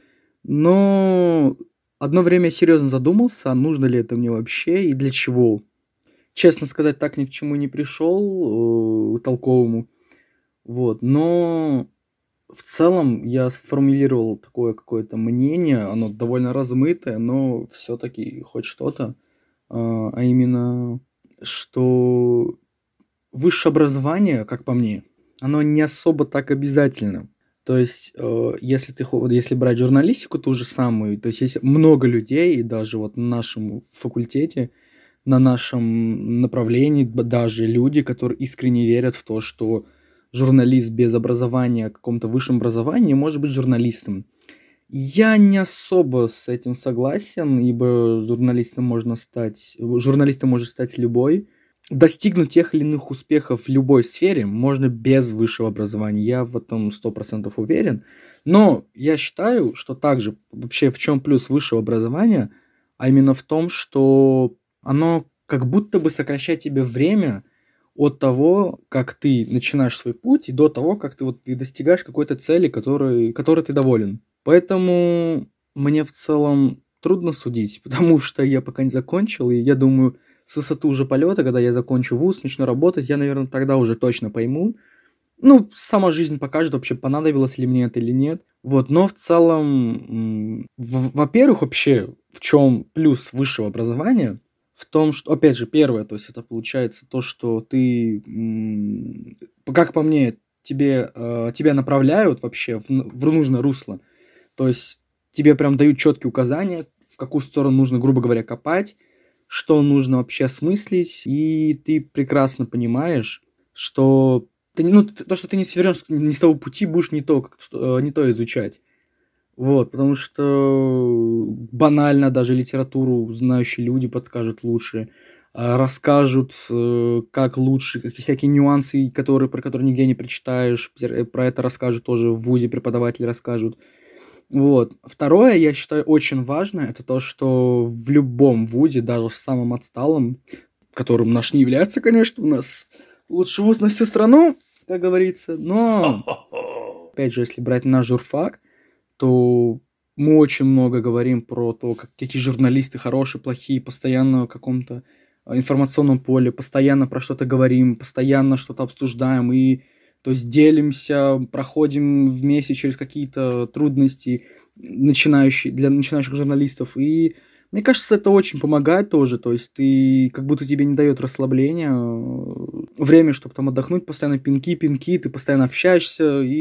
но одно время я серьезно задумался, а нужно ли это мне вообще и для чего. Честно сказать, так ни к чему не пришел толковому, вот, но в целом я сформулировал такое какое-то мнение, оно довольно размытое, но все-таки хоть что-то, а именно, что высшее образование, как по мне, оно не особо так обязательно. То есть, если брать журналистику ту же самую, то есть есть много людей, и даже вот на нашем факультете, на нашем направлении даже люди, которые искренне верят в то, что журналист без образования, каком-то высшем образовании, не может быть журналистом. Я не особо с этим согласен, ибо журналистом может стать любой. Достигнуть тех или иных успехов в любой сфере можно без высшего образования, я в этом 100% уверен. Но я считаю, что также вообще в чем плюс высшего образования, а именно в том, что оно как будто бы сокращает тебе время от того, как ты начинаешь свой путь, и до того, как ты достигаешь какой-то цели, которой ты доволен. Поэтому мне в целом трудно судить, потому что я пока не закончил, и я думаю, с высоты уже полета, когда я закончу вуз, начну работать, я, наверное, тогда уже точно пойму. Ну, сама жизнь покажет, вообще понадобилось ли мне это или нет. Вот, но в целом, во-первых, вообще, в чем плюс высшего образования? В том, что, опять же, первое, то есть это получается то, что ты, как по мне, тебя направляют вообще в нужное русло. То есть тебе прям дают четкие указания, в какую сторону нужно, грубо говоря, копать, что нужно вообще осмыслить, и ты прекрасно понимаешь, что то, что ты не свернешь не с того пути, будешь не то изучать. Вот, потому что банально даже литературу знающие люди подскажут лучше, расскажут, как лучше, какие всякие нюансы, про которые нигде не прочитаешь, про это расскажут тоже в вузе, преподаватели расскажут. Вот. Второе, я считаю, очень важно, это то, что в любом вузе, даже в самом отсталом, которым наш не является, конечно, у нас лучший вуз на всю страну, как говорится, но, опять же, если брать наш журфак, то мы очень много говорим про то, какие журналисты хорошие, плохие, постоянно в каком-то информационном поле, постоянно про что-то говорим, постоянно что-то обсуждаем, и то есть делимся, проходим вместе через какие-то трудности для начинающих журналистов. И мне кажется, это очень помогает тоже. То есть ты как будто тебе не дает расслабления, время, чтобы там отдохнуть, постоянно пинки, ты постоянно общаешься, и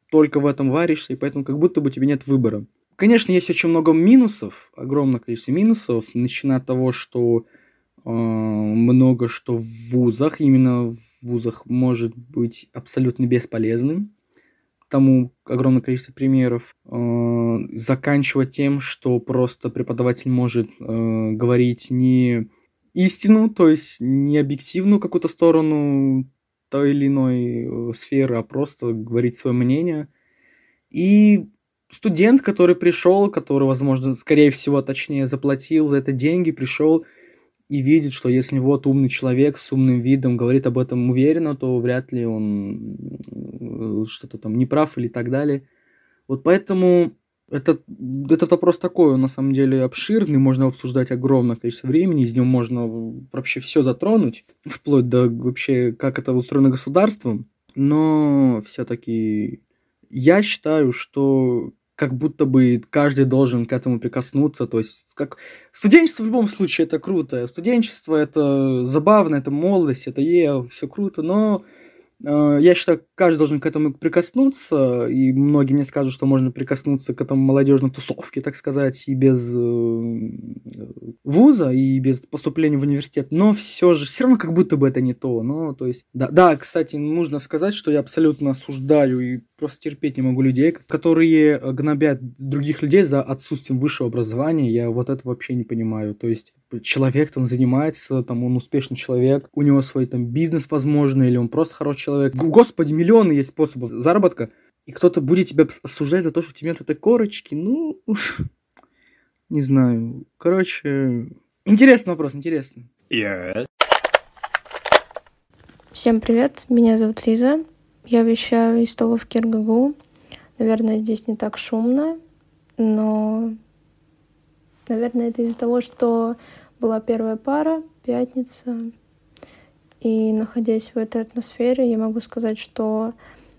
только в этом варишься, и поэтому как будто бы у тебя нет выбора. Конечно, есть очень много минусов, огромное количество минусов, начиная от того, что много что в вузах, именно в вузах может быть абсолютно бесполезным. Тому огромное количество примеров. Заканчивая тем, что просто преподаватель может говорить не истину, то есть не объективную какую-то сторону той или иной сферы, а просто говорить свое мнение. И студент, который пришел, который, возможно, скорее всего, точнее, заплатил за это деньги, пришел и видит, что если вот умный человек с умным видом говорит об этом уверенно, то вряд ли он что-то там не прав или так далее. Вот поэтому этот вопрос такой, на самом деле, обширный, можно обсуждать огромное количество времени, из него можно вообще все затронуть, вплоть до вообще, как это устроено государством, но все-таки я считаю, что как будто бы каждый должен к этому прикоснуться, то есть как студенчество в любом случае это круто, студенчество это забавно, это молодость, это все круто, но я считаю, каждый должен к этому прикоснуться, и многие мне скажут, что можно прикоснуться к этому молодежной тусовке, так сказать, и без вуза, и без поступления в университет, но все равно как будто бы это не то, но, то есть, да, кстати, нужно сказать, что я абсолютно осуждаю и просто терпеть не могу людей, которые гнобят других людей за отсутствием высшего образования, я вот это вообще не понимаю, то есть человек там занимается, там он успешный человек, у него свой там бизнес, возможно, или он просто хороший человек. Господи, миллионы есть способов заработка, и кто-то будет тебя осуждать за то, что у тебя нет этой корочки, ну, не знаю. Короче, интересный вопрос, интересный. Yes. Всем привет, меня зовут Лиза, я вещаю из столовки РГГУ. Наверное, здесь не так шумно, но... Наверное, это из-за того, что была первая пара, пятница, и находясь в этой атмосфере, я могу сказать, что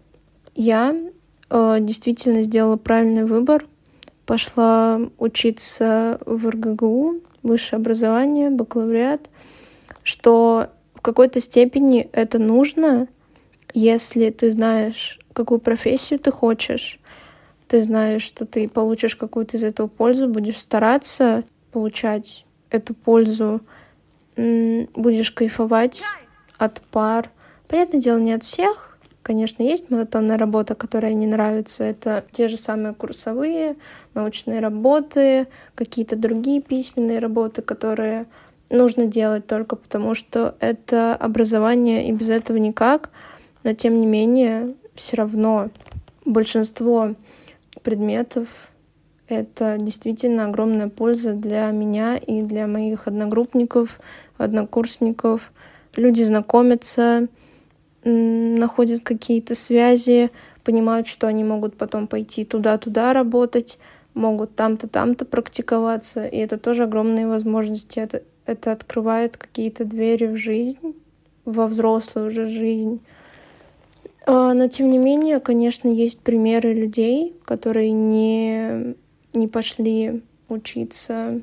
я действительно сделала правильный выбор, пошла учиться в РГГУ, высшее образование, бакалавриат, что в какой-то степени это нужно, если ты знаешь, какую профессию ты хочешь, ты знаешь, что ты получишь какую-то из этого пользу, будешь стараться получать эту пользу, будешь кайфовать от пар. Понятное дело, не от всех. Конечно, есть монотонная работа, которая не нравится. Это те же самые курсовые, научные работы, какие-то другие письменные работы, которые нужно делать только потому, что это образование, и без этого никак. Но, тем не менее, все равно большинство предметов — это действительно огромная польза для меня и для моих одногруппников, однокурсников. Люди знакомятся, находят какие-то связи, понимают, что они могут потом пойти туда-туда работать, могут там-то практиковаться. И это тоже огромные возможности. Это открывает какие-то двери в жизнь, во взрослую уже жизнь. Но, тем не менее, конечно, есть примеры людей, которые не пошли учиться.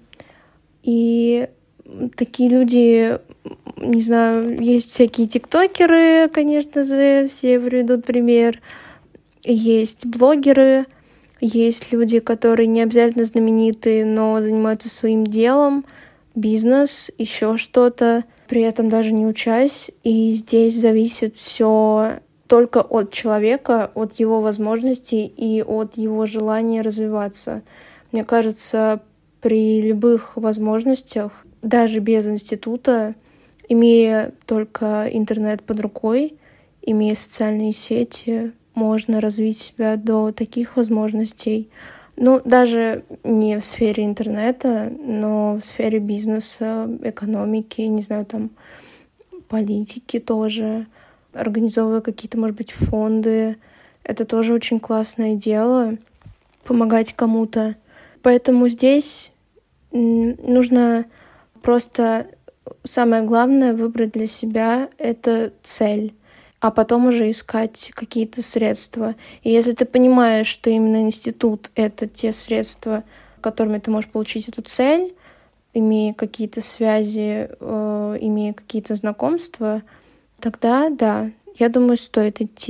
И такие люди, не знаю, есть всякие тиктокеры, конечно же, все приведут пример. Есть блогеры, есть люди, которые не обязательно знаменитые, но занимаются своим делом, бизнес, еще что-то, при этом даже не учась. И здесь зависит все только от человека, от его возможностей и от его желания развиваться. Мне кажется, при любых возможностях, даже без института, имея только интернет под рукой, имея социальные сети, можно развить себя до таких возможностей. Ну, даже не в сфере интернета, но в сфере бизнеса, экономики, не знаю, там, политики тоже, организовывая какие-то, может быть, фонды. Это тоже очень классное дело, помогать кому-то. Поэтому здесь нужно просто самое главное выбрать для себя — это цель, а потом уже искать какие-то средства. И если ты понимаешь, что именно институт — это те средства, которыми ты можешь получить эту цель, имея какие-то связи, имея какие-то знакомства, тогда да, я думаю, стоит идти.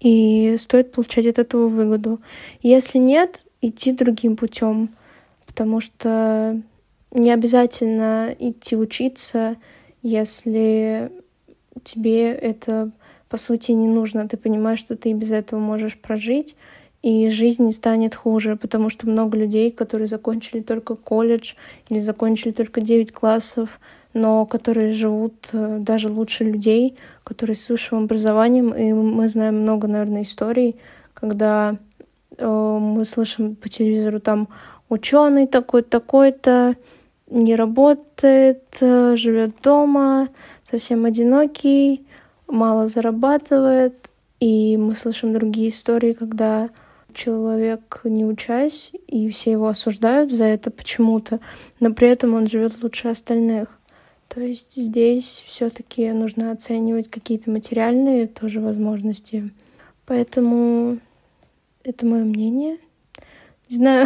и стоит получать от этого выгоду. Если нет, идти другим путем, потому что не обязательно идти учиться, если тебе это, по сути, не нужно. Ты понимаешь, что ты и без этого можешь прожить, и жизнь не станет хуже, потому что много людей, которые закончили только колледж или закончили только 9 классов, но которые живут даже лучше людей, которые с высшим образованием. И мы знаем много, наверное, историй, когда мы слышим по телевизору там ученый такой-то, не работает, живет дома, совсем одинокий, мало зарабатывает. И мы слышим другие истории, когда человек, не учась, и все его осуждают за это почему-то, но при этом он живет лучше остальных. То есть здесь все-таки нужно оценивать какие-то материальные тоже возможности. Поэтому это мое мнение. Не знаю,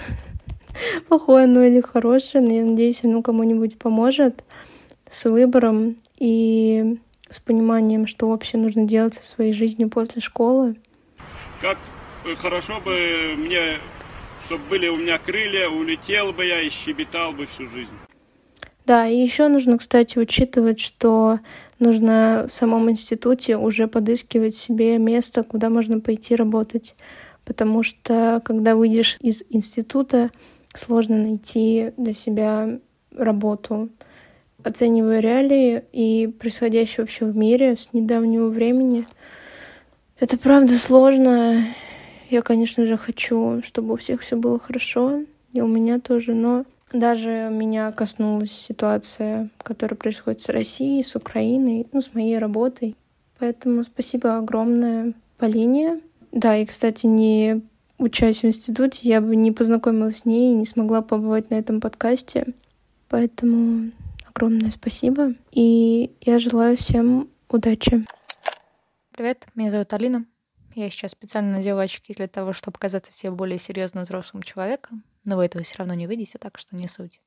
плохое оно или хорошее, но я надеюсь, оно кому-нибудь поможет с выбором и с пониманием, что вообще нужно делать со своей жизнью после школы. Как хорошо бы мне, чтобы были у меня крылья, улетел бы я и щебетал бы всю жизнь. Да, и еще нужно, кстати, учитывать, что нужно в самом институте уже подыскивать себе место, куда можно пойти работать. Потому что, когда выйдешь из института, сложно найти для себя работу. Оценивая реалии и происходящее вообще в мире с недавнего времени, это правда сложно. Я, конечно же, хочу, чтобы у всех все было хорошо, и у меня тоже, но даже меня коснулась ситуация, которая происходит с Россией, с Украиной, с моей работой. Поэтому спасибо огромное Полине. Да, и, кстати, не учась в институте, я бы не познакомилась с ней и не смогла побывать на этом подкасте. Поэтому огромное спасибо. И я желаю всем удачи. Привет, меня зовут Алина. Я сейчас специально надела очки для того, чтобы казаться себе более серьезным взрослым человеком, но вы этого все равно не выйдете, так что не суть.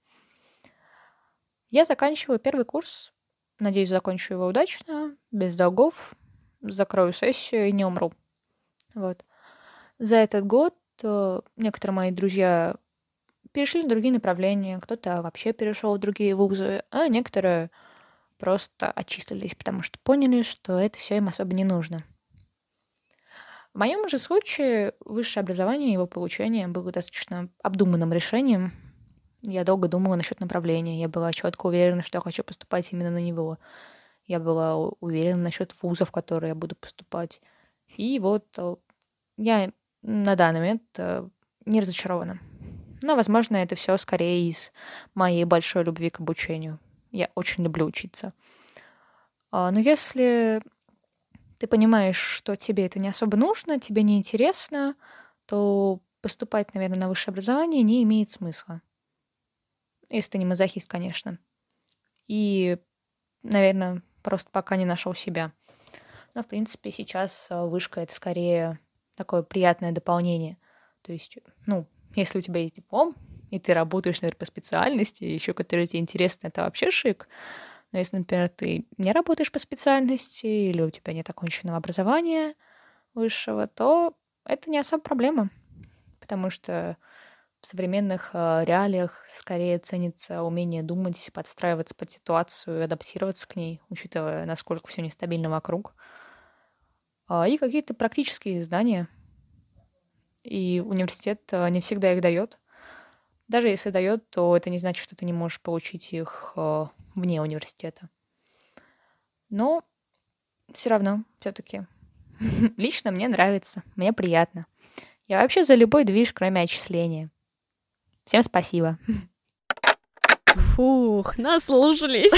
Я заканчиваю первый курс. Надеюсь, закончу его удачно, без долгов, закрою сессию и не умру. Вот. За этот год некоторые мои друзья перешли в другие направления, кто-то вообще перешел в другие вузы, а некоторые просто отчислились, потому что поняли, что это все им особо не нужно. В моем же случае высшее образование и его получение было достаточно обдуманным решением. Я долго думала насчет направления, я была четко уверена, что я хочу поступать именно на него. Я была уверена насчет вузов, в которые я буду поступать. И вот я на данный момент не разочарована. Но, возможно, это все скорее из моей большой любви к обучению. Я очень люблю учиться. Но если ты понимаешь, что тебе это не особо нужно, тебе не интересно, то поступать, наверное, на высшее образование не имеет смысла. Если ты не мазохист, конечно. И, наверное, просто пока не нашел себя. Но, в принципе, сейчас вышка — это скорее такое приятное дополнение. То есть, если у тебя есть диплом, и ты работаешь, наверное, по специальности, еще которая тебе интересна, это вообще шик. Но если, например, ты не работаешь по специальности или у тебя нет оконченного образования высшего, то это не особо проблема, потому что в современных реалиях скорее ценится умение думать, подстраиваться под ситуацию, адаптироваться к ней, учитывая, насколько все нестабильно вокруг. И какие-то практические знания. И университет не всегда их дает. Даже если дает, то это не значит, что ты не можешь получить их вне университета. Но все равно, все-таки, лично мне нравится, мне приятно. Я вообще за любой движ, кроме отчисления. Всем спасибо. Фух, наслушались.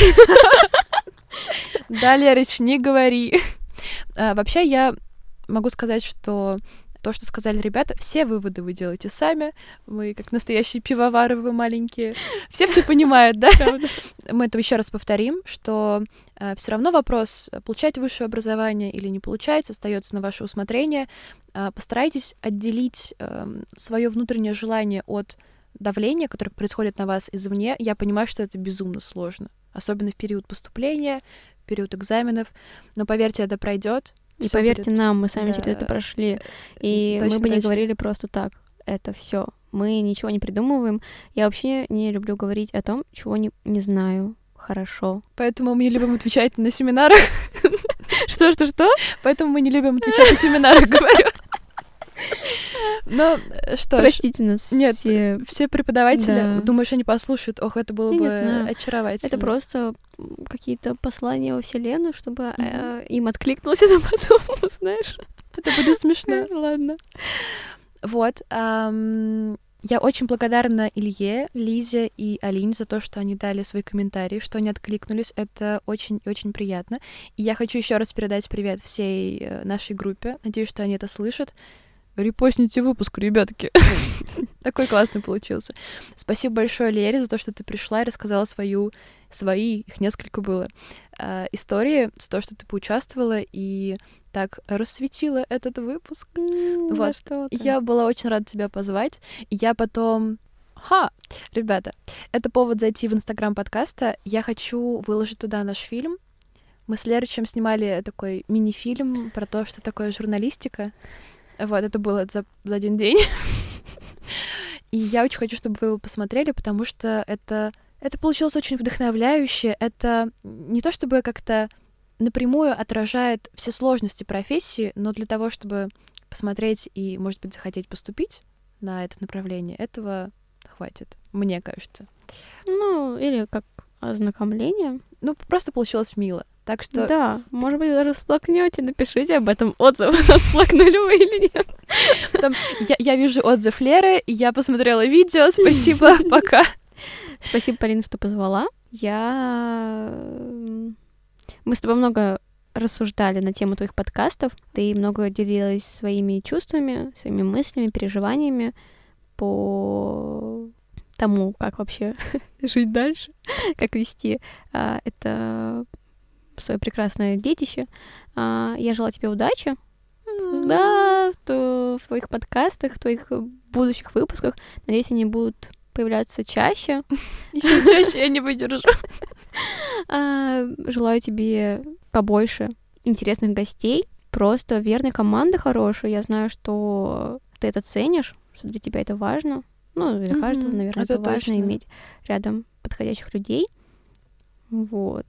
Далее, Речь, не говори. Вообще, я могу сказать, что то, что сказали ребята, все выводы вы делаете сами. Вы как настоящие пивовары, вы маленькие. Все понимают, да? Мы это еще раз повторим, что все равно вопрос, получать высшее образование или не получать, остается на ваше усмотрение. Постарайтесь отделить свое внутреннее желание от давления, которое происходит на вас извне. Я понимаю, что это безумно сложно, особенно в период поступления, в период экзаменов. Но поверьте, это пройдет. И поверьте нам, мы сами через это прошли. И точно, мы бы не говорили просто так. Это все. Мы ничего не придумываем. Я вообще не люблю говорить о том, чего не знаю хорошо. Поэтому мы не любим отвечать на семинарах. Что? Поэтому мы не любим отвечать на семинарах, говорю. Но что ж. Простите нас. Нет, все преподаватели, думаешь, они послушают? Ох, это было бы очаровательно. Это просто какие-то послания во Вселенную, чтобы им откликнулось это потом, знаешь. Это будет смешно. Ладно. Вот. Я очень благодарна Илье, Лизе и Алине за то, что они дали свои комментарии, что они откликнулись. Это очень и очень приятно. И я хочу еще раз передать привет всей нашей группе. Надеюсь, что они это слышат. Репостните выпуск, ребятки. Такой классный получился. Спасибо большое, Лере, за то, что ты пришла и рассказала свои, их несколько было, истории, за то, что ты поучаствовала и так рассветила этот выпуск. Вот. Я была очень рада тебя позвать. И я потом... Ребята, это повод зайти в Инстаграм подкаста. Я хочу выложить туда наш фильм. Мы с Лерычем снимали такой мини-фильм про то, что такое журналистика. Вот, это было за один день. И я очень хочу, чтобы вы его посмотрели, потому что это получилось очень вдохновляюще. Это не то чтобы как-то напрямую отражает все сложности профессии, но для того, чтобы посмотреть и, может быть, захотеть поступить на это направление, этого хватит, мне кажется. Ну, или как ознакомление. Ну, просто получилось мило. Так что... Да, может быть, вы даже всплакнете, напишите об этом отзыв, всплакнули вы или нет. Там, я вижу отзыв Леры, и я посмотрела видео, спасибо, пока. Спасибо, Полина, что позвала. Мы с тобой много рассуждали на тему твоих подкастов, ты много делилась своими чувствами, своими мыслями, переживаниями по тому, как вообще жить дальше, как вести это свое прекрасное детище. Я желаю тебе удачи. Да, в твоих подкастах, в твоих будущих выпусках. Надеюсь, они будут появляться чаще. Еще чаще я не выдержу. Желаю тебе побольше интересных гостей, просто верной команды хорошей. Я знаю, что ты это ценишь, что для тебя это важно. Ну, для каждого, наверное, это важно иметь рядом подходящих людей. Вот.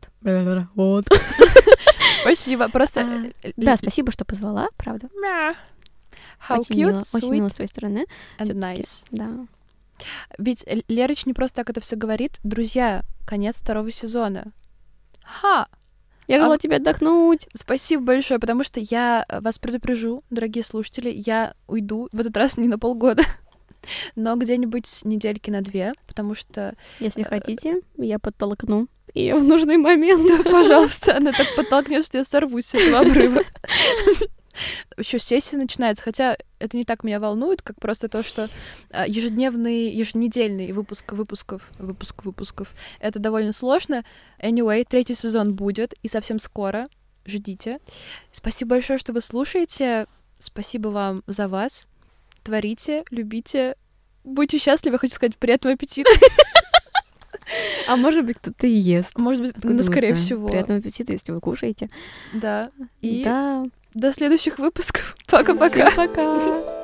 Спасибо, просто... Да, спасибо, что позвала, правда. How очень cute, мило, sweet, очень мило с твоей стороны. And nice. Да. Ведь Лерыч не просто так это все говорит. Друзья, конец 2 сезона. Я желала тебе отдохнуть. Спасибо большое, потому что я вас предупрежу, дорогие слушатели, я уйду в этот раз не на полгода, но где-нибудь недельки на 2, потому что... Если хотите, я подтолкну ее в нужный момент. Да, пожалуйста, она так подтолкнет, что я сорвусь с этого обрыва. Еще сессия начинается, хотя это не так меня волнует, как просто то, что еженедельный выпуск выпусков, это довольно сложно. Anyway, 3 сезон будет, и совсем скоро. Ждите. Спасибо большое, что вы слушаете. Спасибо вам за вас. Творите, любите. Будьте счастливы, хочу сказать, приятного аппетита. А может быть, кто-то и ест. Может быть, ну, скорее всего. Приятного аппетита, если вы кушаете. Да. И да. До следующих выпусков. Пока-пока. Пока.